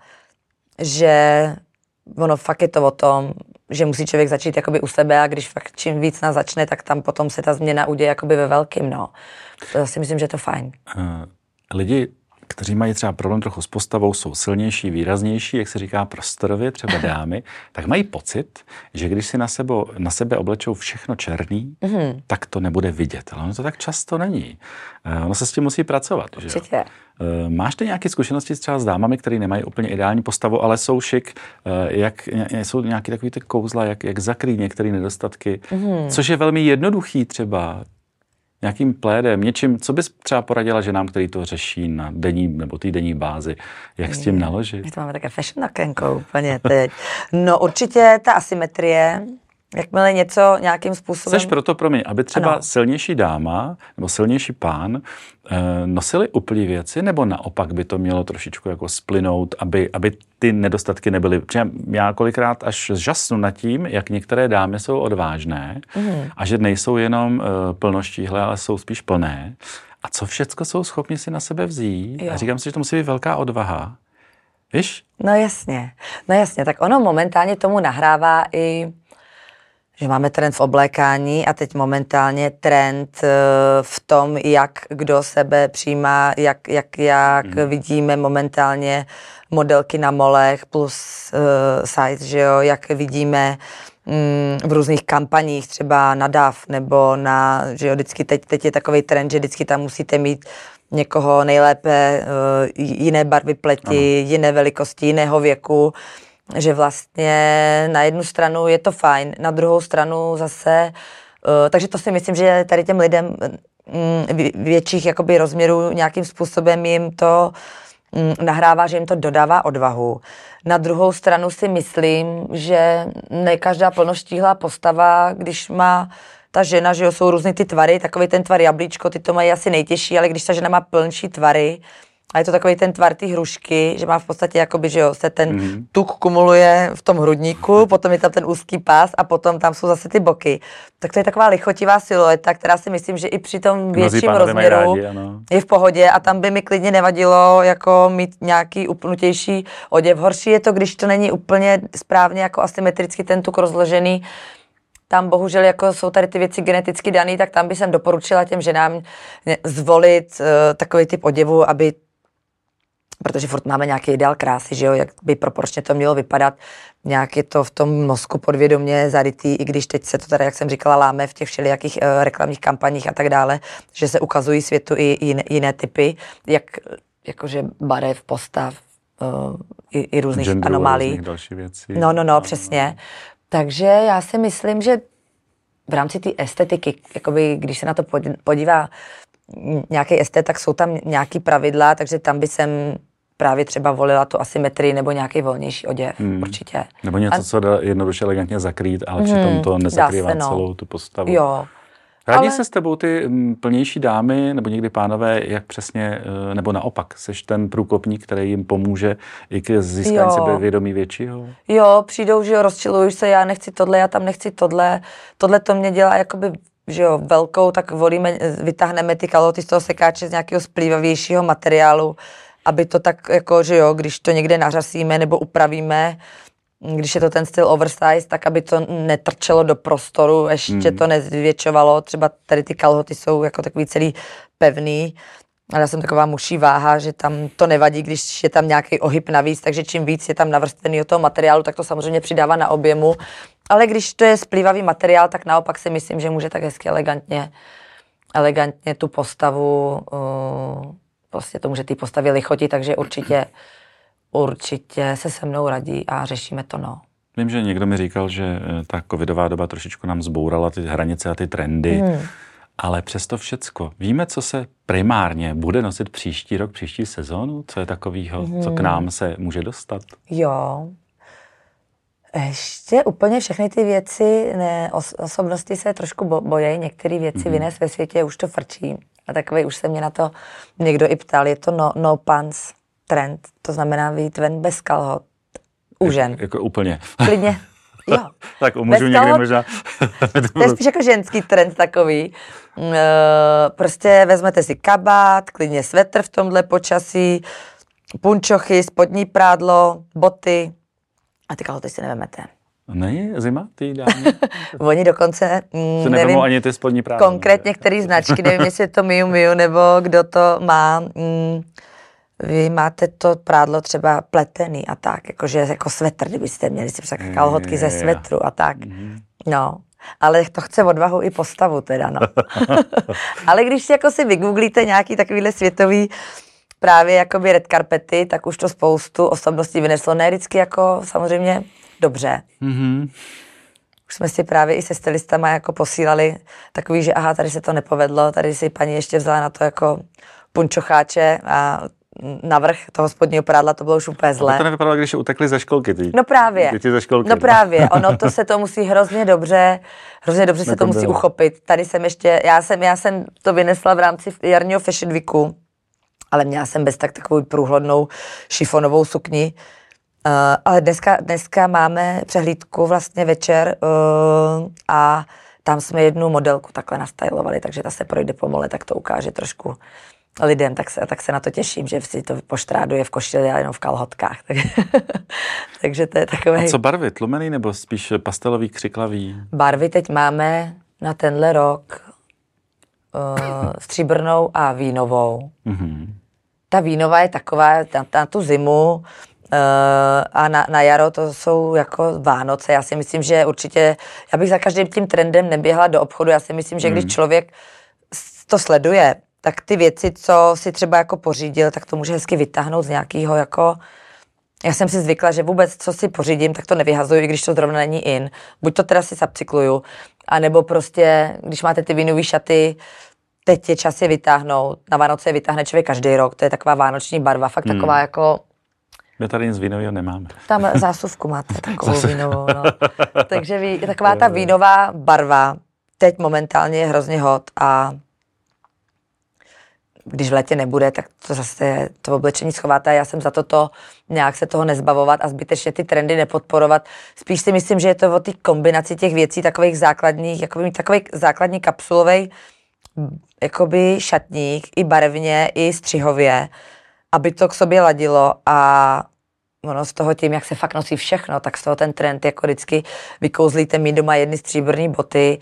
že ono fakt je to o tom, že musí člověk začít jakoby u sebe a když fakt čím víc nás začne, tak tam potom se ta změna uděje jakoby ve velkým, no. To si myslím, že je to fajn. Lidi, kteří mají třeba problém trochu s postavou, jsou silnější, výraznější, jak se říká prostorově, třeba dámy, tak mají pocit, že když si na sebe oblečou všechno černý, tak to nebude vidět. Ale ono to tak často není. Ono se s tím musí pracovat. Určitě. Že? Máš ty nějaké zkušenosti třeba s dámami, které nemají úplně ideální postavu, ale jsou šik, jsou nějaké takové ty kouzla, jak zakrýt některé nedostatky, což je velmi jednoduchý třeba nějakým plédem, něčím, co bys třeba poradila ženám, který to řeší na denní nebo týdenní bázi, jak s tím naložit? My to máme také fashion okénko úplně teď. No určitě ta asymetrie, jakmile něco nějakým způsobem... Jseš proto, promiň, aby třeba silnější dáma nebo silnější pán nosili úplný věci, nebo naopak by to mělo trošičku jako splynout, aby ty nedostatky nebyly... Protože já kolikrát až žasnu nad tím, jak některé dámy jsou odvážné a že nejsou jenom plnoštíhlé, ale jsou spíš plné. A co všecko jsou schopni si na sebe vzít? Jo. A říkám si, že to musí být velká odvaha. Víš? No jasně, tak ono momentálně tomu nahrává i že máme trend v oblékání a teď momentálně trend v tom, jak kdo sebe přijímá, jak vidíme momentálně modelky na molech plus size, že jo, jak vidíme v různých kampaních, třeba na DAF nebo na, že jo, vždycky teď je takový trend, že vždycky tam musíte mít někoho nejlépe jiné barvy pleti, jiné velikosti, jiného věku, že vlastně na jednu stranu je to fajn, na druhou stranu zase, takže to si myslím, že tady těm lidem větších jakoby rozměrů nějakým způsobem jim to nahrává, že jim to dodává odvahu. Na druhou stranu si myslím, že ne každá plnoštíhlá postava, když má ta žena, že jo, jsou různý ty tvary, takový ten tvar jablíčko, ty to mají asi nejtěžší, ale když ta žena má plnší tvary, a je to takový ten tvar ty hrušky, že má v podstatě jakoby, že jo, se ten tuk kumuluje v tom hrudníku, potom je tam ten úzký pás a potom tam jsou zase ty boky. Tak to je taková lichotivá silueta, která si myslím, že i při tom větším rozměru je v pohodě a tam by mi klidně nevadilo jako mít nějaký upnutější oděv. Horší je to, když to není úplně správně jako asymetricky ten tuk rozložený. Tam bohužel jako jsou tady ty věci geneticky dané, tak tam by jsem doporučila těm ženám zvolit takový typ oděvu, aby, protože furt máme nějaký ideál krásy, že jo, jak by proporčně to mělo vypadat, nějak je to v tom mozku podvědomě zarytý, i když teď se to tady, jak jsem říkala, láme v těch všelijakých reklamních kampaních a tak dále, že se ukazují světu i jiné typy, jakože barev, postav, i různých genderu, anomálí. Různých další věcí. No, přesně. Takže já si myslím, že v rámci té estetiky, jakoby, když se na to podívá nějaký estet, tak jsou tam nějaký pravidla, takže tam by jsem právě třeba volila tu asymetrii nebo nějaký volnější oděv, určitě. Nebo něco, co dá jednoduše elegantně zakrýt, ale přitom to nezakrývá celou tu postavu. Jo. Radí se s tebou ty plnější dámy, nebo někdy pánové, jak přesně, nebo naopak, seš ten průkopník, který jim pomůže i k získání sebevědomí většího? Jo, přijdou, že jo, rozčilují se, já nechci tohle, já tam nechci tohle. Tohle to mě dělá jakoby, že jo, velkou, tak vytáhneme ty kalhoty z toho sekáče z nějakého splývavějšího materiálu, aby to tak jako, že jo, když to někde nařasíme nebo upravíme, když je to ten styl oversize, tak aby to netrčelo do prostoru, ještě to nezvětšovalo, třeba tady ty kalhoty jsou jako takový celý pevný, ale já jsem taková muší váha, že tam to nevadí, když je tam nějaký ohyb navíc, takže čím víc je tam navrstvený od toho materiálu, tak to samozřejmě přidává na objemu, ale když to je splývavý materiál, tak naopak si myslím, že může tak hezky elegantně tu postavu, prostě to může ty postavy lichotit, takže určitě se se mnou radí a řešíme to, no. Vím, že někdo mi říkal, že ta covidová doba trošičku nám zbourala ty hranice a ty trendy, ale přesto všecko. Víme, co se primárně bude nosit příští rok, příští sezónu? Co je takového, co k nám se může dostat? Jo. Ještě úplně všechny ty věci, osobnosti se trošku bojejí, některé věci vynést ve světě, už to frčí. A takový už se mě na to někdo i ptal, je to no pants trend, to znamená vyjít ven bez kalhot. U žen. Jako úplně. Klidně, jo. Tak u mužů někdy možná. To je spíš jako ženský trend takový. Prostě vezmete si kabát, klidně svetr v tomhle počasí, punčochy, spodní prádlo, boty a ty kalhoty si nevemete. Není zima, ty dámy? Oni dokonce, nevím, ani ty spodní prádlo. Konkrétně který značky, nevím, jestli je to Miu Miu, nebo kdo to má. Vy máte to prádlo třeba pletený a tak, jakože jako svetr, kdybyste měli si však kalhotky ze svetru a tak. No, ale to chce odvahu i postavu teda, no. Ale když si jako si vygooglíte nějaký takovýhle světový právě jakoby red carpety, tak už to spoustu osobností vyneslo. Ne vždycky jako samozřejmě dobře. Už jsme si právě i se stylistama jako posílali takový, že aha, tady se to nepovedlo, tady si paní ještě vzala na to jako punčocháče a navrch toho spodního prádla, to bylo už úplně zlé. To nevypadalo, když utekli ze školky. No právě. Děti ze školky. No právě. Ono to se to musí hrozně dobře se to musí uchopit. Tady jsem ještě, já jsem to vynesla v rámci jarního Fashion Weeku, ale měla jsem bez takovou průhlednou šifonovou sukni. Ale dneska máme přehlídku vlastně večer a tam jsme jednu modelku takhle nastylovali, takže ta se projde pomole, tak to ukáže trošku lidem, tak se na to těším, že si to poštráduje v košili a jenom v kalhotkách. Takže to je takové. A co barvy? Tlumený nebo spíš pastelový, křiklavý? Barvy teď máme na tenhle rok stříbrnou a vínovou. Mm-hmm. Ta vínová je taková na tu zimu a na jaro to jsou jako Vánoce. Já si myslím, že určitě, já bych za každým tím trendem neběhla do obchodu. Já si myslím, že když člověk to sleduje, tak ty věci, co si třeba jako pořídil, tak to může hezky vytáhnout z nějakého jako. Já jsem si zvykla, že vůbec, co si pořídím, tak to nevyhazuju, i když to zrovna není in. Buď to teda si zapcykluju, anebo prostě, když máte ty vinové šaty, teď je čas je vytáhnout. Na Vánoce je vytáhne člověk každý rok, to je taková vánoční barva, fakt taková jako. My tady nic vínového nemáme. Tam zásuvku máte, takovou vínovou, no. Takže taková ta vínová barva teď momentálně je hrozně hot a když v létě nebude, tak to zase to oblečení schováte a já jsem za to nějak se toho nezbavovat a zbytečně ty trendy nepodporovat. Spíš si myslím, že je to o té kombinaci těch věcí, takových základních, takový základní kapsulovej jakoby šatník i barevně, i střihově, aby to k sobě ladilo a ono z toho tím, jak se fakt nosí všechno, tak z toho ten trend jako vždycky vykouzlíte mít doma jedny stříbrné boty,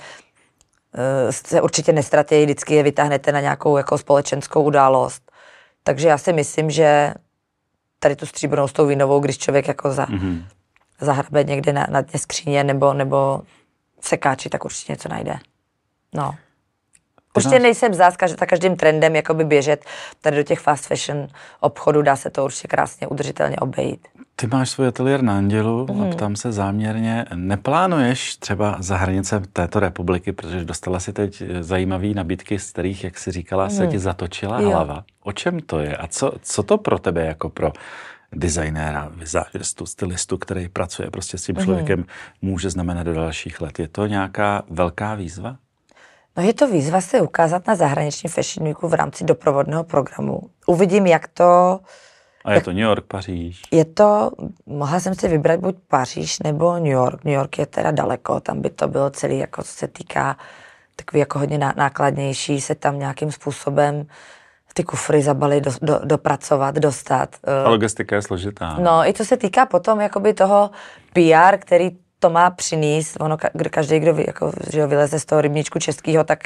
se určitě nestratějí, vždycky je vytáhnete na nějakou jako společenskou událost. Takže já si myslím, že tady tu stříbrnou s tou vínovou, když člověk jako zahrabe někde na dně skříně nebo v sekáči, tak určitě něco najde. No. Určitě nejsem za každým trendem jakoby běžet tady do těch fast fashion obchodů, dá se to určitě krásně udržitelně obejít. Ty máš svůj ateliér na Andělu a ptám se záměrně, neplánuješ třeba za hranice této republiky, protože dostala si teď zajímavé nabídky, z kterých, jak jsi říkala, se ti zatočila hlava. O čem to je a co to pro tebe jako pro designéra, vizážistu, stylistu, který pracuje prostě s tím člověkem, může znamenat do dalších let? Je to nějaká velká výzva? No je to výzva se ukázat na zahraniční Fashion Weeku v rámci doprovodného programu. Uvidím, jak to. A je to New York, Paříž? Mohla jsem si vybrat buď Paříž nebo New York. New York je teda daleko, tam by to bylo celý, jako co se týká takový jako hodně nákladnější, se tam nějakým způsobem ty kufry zabalit, dopracovat, dostat. A logistika je složitá. No i co se týká potom jakoby toho PR, který to má přinést, ono každý, kdo jako, že vyleze z toho rybníčku českého, tak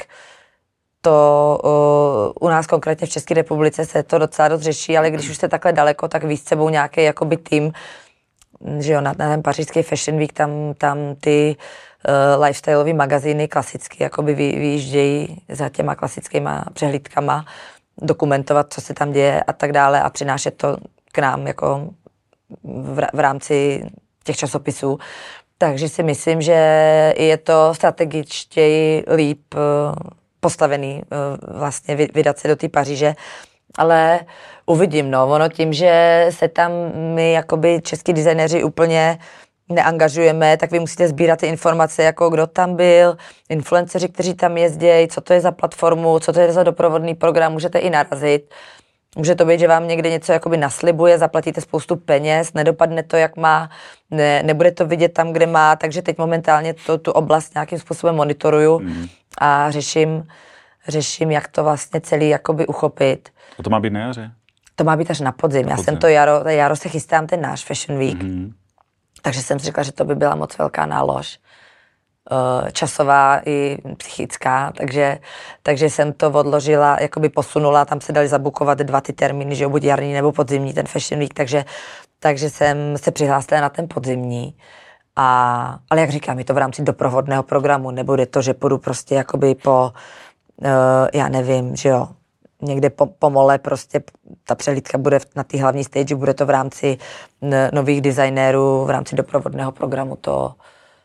to u nás konkrétně v České republice se to docela dost řeší, ale když už jste takhle daleko, tak víc s sebou nějaký jakoby tým, že jo, na ten pařížský Fashion Week, tam ty lifestyleové magazíny klasicky jakoby vyjíždějí za těma klasickýma přehlídkama, dokumentovat, co se tam děje a tak dále a přinášet to k nám jako v rámci těch časopisů. Takže si myslím, že je to strategičtěji líp postavený vlastně vydat se do té Paříže, ale uvidím, no, ono tím, že se tam my jakoby český designéři úplně neangažujeme, tak vy musíte sbírat ty informace, jako kdo tam byl, influenceři, kteří tam jezdějí, co to je za platformu, co to je za doprovodný program, můžete i narazit. Může to být, že vám někde něco jakoby naslibuje, zaplatíte spoustu peněz, nedopadne to, jak má, nebude to vidět tam, kde má, takže teď momentálně tu oblast nějakým způsobem monitoruju a řeším, jak to vlastně celý jakoby uchopit. A to má být na jaře? To má být až na podzim. Já jsem jaro se chystám ten náš Fashion Week, takže jsem si řekla, že to by byla moc velká nálož. Časová i psychická, takže jsem to odložila, jakoby posunula, tam se dali zabukovat 2 ty termíny, že buď jarní nebo podzimní, ten Fashion Week, takže jsem se přihlásila na ten podzimní. Ale jak říkám, je to v rámci doprovodného programu, nebude to, že půjdu prostě jakoby já nevím, že jo, někde po mole prostě ta přehlídka bude na té hlavní stage, bude to v rámci nových designérů, v rámci doprovodného programu to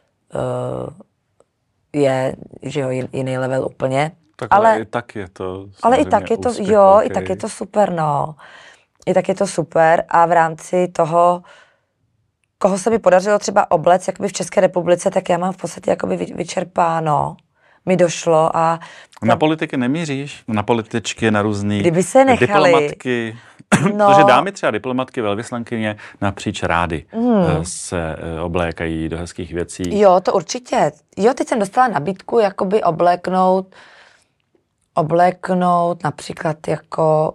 je, že jo, jiný level úplně. Tak ale i tak je to ale i tak je to, jo, okay. I tak je to super, no. I tak je to super a v rámci toho, koho se mi podařilo třeba oblec jakoby v České republice, tak já mám v podstatě jakoby vyčerpáno. Mi došlo a... Na politiky nemíříš? Na političky, na různý kdyby se nechali, diplomatky? No. Protože dámy třeba diplomatky, velvyslankyně napříč rády se oblékají do hezkých věcí. Jo, to určitě. Jo, teď jsem dostala nabídku jakoby obléknout Obléknout například jako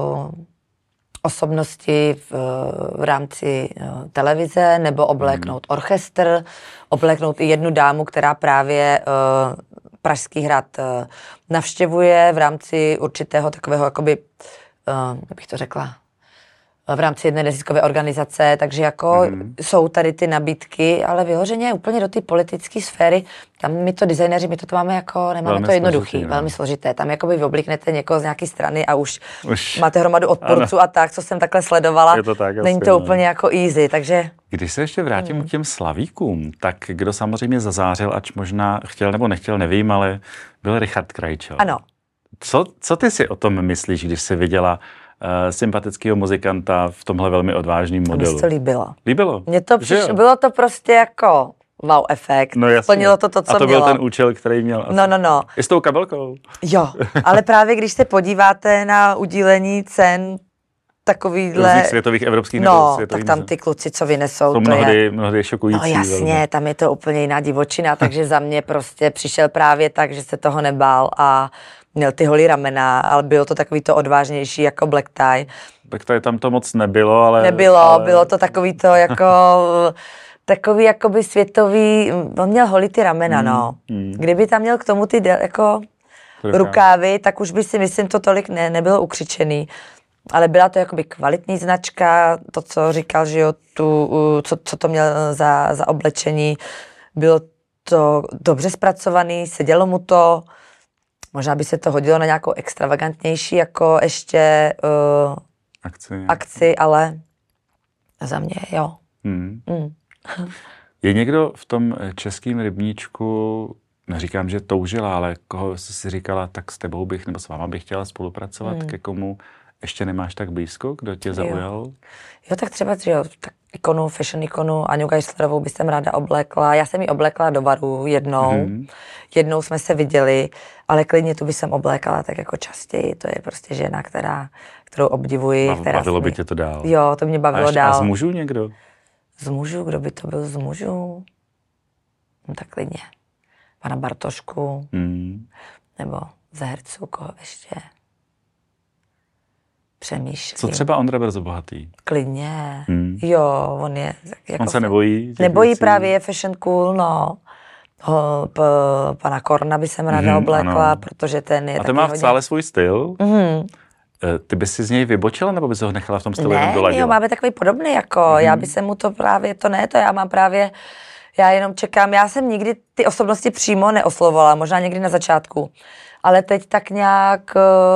osobnosti v rámci televize, nebo obléknout orchestr, obléknout i jednu dámu, která právě Pražský hrad navštěvuje v rámci určitého takového, jakoby, jak bych to řekla, v rámci jedné neziskové organizace, takže jako jsou tady ty nabídky, ale vyhořeně úplně do té politické sféry, tam my to designéři, my to máme jako, nemáme velmi to jednoduchý, velmi složité. Tam jakoby oblíknete někoho z nějaké strany a už máte hromadu odpůrců a tak, co jsem takhle sledovala. Je to tak, není to úplně jako easy, takže... Když se ještě vrátím k těm slavíkům, tak kdo samozřejmě zazářil, ač možná chtěl nebo nechtěl, nevím, ale byl Richard Krajčel. Ano. Co ty si o tom myslíš, když jsi viděla sympatického muzikanta v tomhle velmi odvážným modelu? Mně to líbilo. Líbilo? Mně to bylo to prostě jako wow efekt. No jasně. Splnilo to, co mělo. A to byl ten účel, který měl. No. I s tou kabelkou. Jo, ale právě když se podíváte na udílení cen takovýhle... Různých světových, evropských nebo světových. Tak tam ty kluci, co vynesou, to mnohdy šokující. No jasně, velmi. Tam je to úplně jiná divočina, takže za mě prostě přišel právě tak, že se toho nebál a měl ty holí ramena, ale bylo to takový to odvážnější jako Black Tie. Black Tie tam to moc nebylo, ale... Bylo to takový to jako... Takový jakoby světový, on měl holí ty ramena, no. Kdyby tam měl k tomu ty jako rukávy, tak už by si myslím to tolik nebylo ukřičený. Ale byla to jakoby kvalitní značka, to, co říkal, že jo, co to měl za oblečení. Bylo to dobře zpracovaný, sedělo mu to. Možná by se to hodilo na nějakou extravagantnější jako ještě akci, ale za mě jo. Je někdo v tom českém rybníčku, neříkám, že toužila, ale koho jsi si říkala, tak s tebou bych nebo s váma bych chtěla spolupracovat, ke komu ještě nemáš tak blízko, kdo tě zaujal? Jo, tak třeba tak fashion ikonu Aňu Geislerovou bych jsem ráda oblékla. Já jsem ji oblékla do Varu jednou. Jednou jsme se viděli, ale klidně tu bych jsem oblékala tak jako častěji. To je prostě žena, kterou obdivuji. Bavilo by tě to dál? Jo, to mě bavilo dál. A z mužů někdo? Z mužů? Kdo by to byl z mužů? No tak klidně. Pana Bartošku. Nebo z herců, koho ještě? Přemýšlím. Co třeba Ondra Brzobohatý? Klidně. Jo, on je... Jako on se nebojí? Nebojí právě, je fashion cool, no. Pana Korna by jsem ráda oblékla, protože ten je a ten má v sále svůj styl? Ty bys si z něj vybočila, nebo bys ho nechala v tom stylu jenom doladila? Ne, jo, máme takový podobný, jako já by se mu to právě, to já mám právě, já jenom čekám, já jsem nikdy ty osobnosti přímo neoslovovala, možná někdy na začátku, ale teď tak nějak...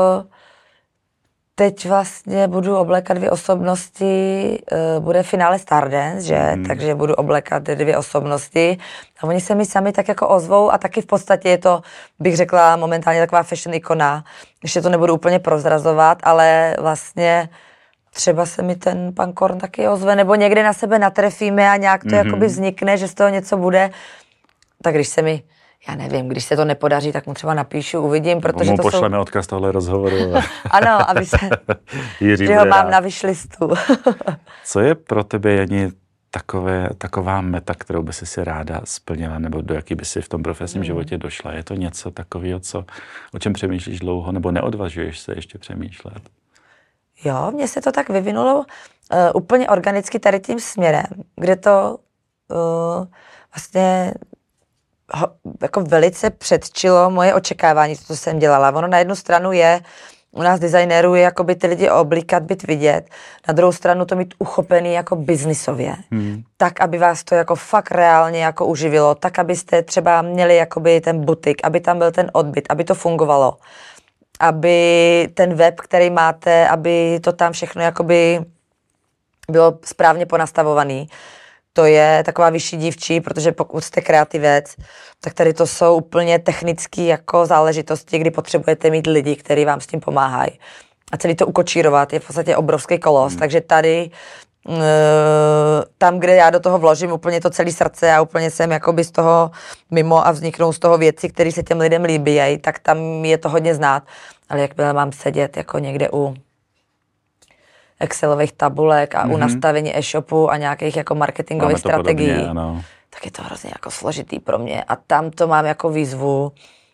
Teď vlastně budu oblékat 2 osobnosti, bude finále Stardance, že? Takže budu oblékat 2 osobnosti a oni se mi sami tak jako ozvou a taky v podstatě je to, bych řekla, momentálně taková fashion ikona. Ještě to nebudu úplně prozrazovat, ale vlastně třeba se mi ten pan Korn taky ozve, nebo někde na sebe natrefíme a nějak to jakoby vznikne, že z toho něco bude. Tak když se mi... Já nevím, když se to nepodaří, tak mu třeba napíšu, uvidím, protože to pošleme odkaz tohle rozhovoru. Ano, aby se... že ho mám na wishlistu. Co je pro tebe, Jani, taková meta, kterou by si ráda splnila, nebo do jaký by si v tom profesním životě došla? Je to něco takového, o čem přemýšlíš dlouho, nebo neodvažuješ se ještě přemýšlet? Jo, mně se to tak vyvinulo úplně organicky tady tím směrem, kde to vlastně... jako velice předčilo moje očekávání, co jsem dělala. Ono na jednu stranu je, u nás designérů je jakoby ty lidi oblíkat, být vidět, na druhou stranu to mít uchopený jako biznisově. Tak, aby vás to jako fakt reálně jako uživilo, tak, abyste třeba měli jakoby ten butik, aby tam byl ten odbyt, aby to fungovalo, aby ten web, který máte, aby to tam všechno jakoby bylo správně ponastavovaný. To je taková vyšší dívčí, protože pokud jste kreativec, tak tady to jsou úplně technické jako záležitosti, kdy potřebujete mít lidi, kteří vám s tím pomáhají. A celý to ukočírovat je v podstatě obrovský kolos, takže tady, tam, kde já do toho vložím úplně to celé srdce a úplně jsem jakoby z toho mimo a vzniknou z toho věci, které se těm lidem líbí, tak tam je to hodně znát. Ale jakmile mám sedět jako někde u Excelových tabulek a u nastavení e-shopu a nějakých jako marketingových strategií, podobně, tak je to hrozně jako složitý pro mě. A tam to mám jako výzvu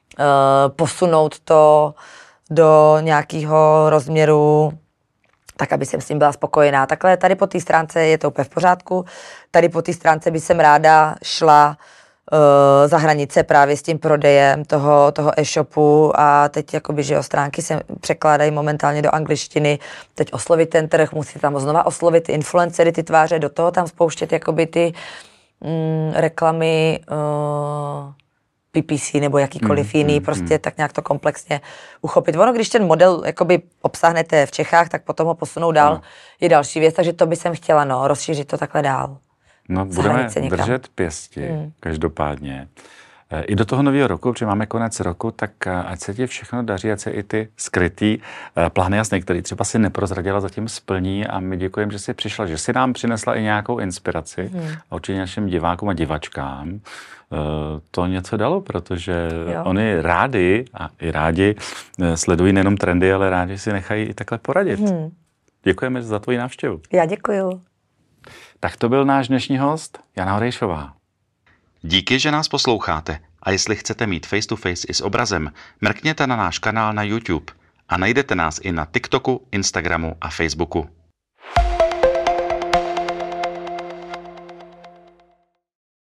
posunout to do nějakého rozměru, tak aby jsem s tím byla spokojená. Takhle tady po té stránce je to úplně v pořádku. Tady po té stránce by jsem ráda šla za hranice právě s tím prodejem toho e-shopu a teď jakoby, že stránky se překládají momentálně do angličtiny. Teď oslovit ten trh, musí tam znova oslovit ty influencery, ty tváře, do toho tam spouštět jakoby ty reklamy PPC nebo jakýkoliv jiný, prostě tak nějak to komplexně uchopit. Ono, když ten model jakoby obsáhnete v Čechách, tak potom ho posunou dál, je další věc, takže to by jsem chtěla, rozšířit to takhle dál. No, budeme držet pěsti, každopádně. I do toho nového roku, protože máme konec roku, tak ať se ti všechno daří, ať se i ty skrytý plány jasný, který třeba si neprozradila, zatím splní a my děkujeme, že jsi přišla, že jsi nám přinesla i nějakou inspiraci a určitě našim divákům a divačkám to něco dalo, protože oni rádi a i rádi sledují nejenom trendy, ale rádi si nechají i takhle poradit. Děkujeme za tvoji návštěvu. Já děkuju. Tak to byl náš dnešní host, Jana Horejšová. Díky, že nás posloucháte a jestli chcete mít face to face i s obrazem, mrkněte na náš kanál na YouTube a najdete nás i na TikToku, Instagramu a Facebooku.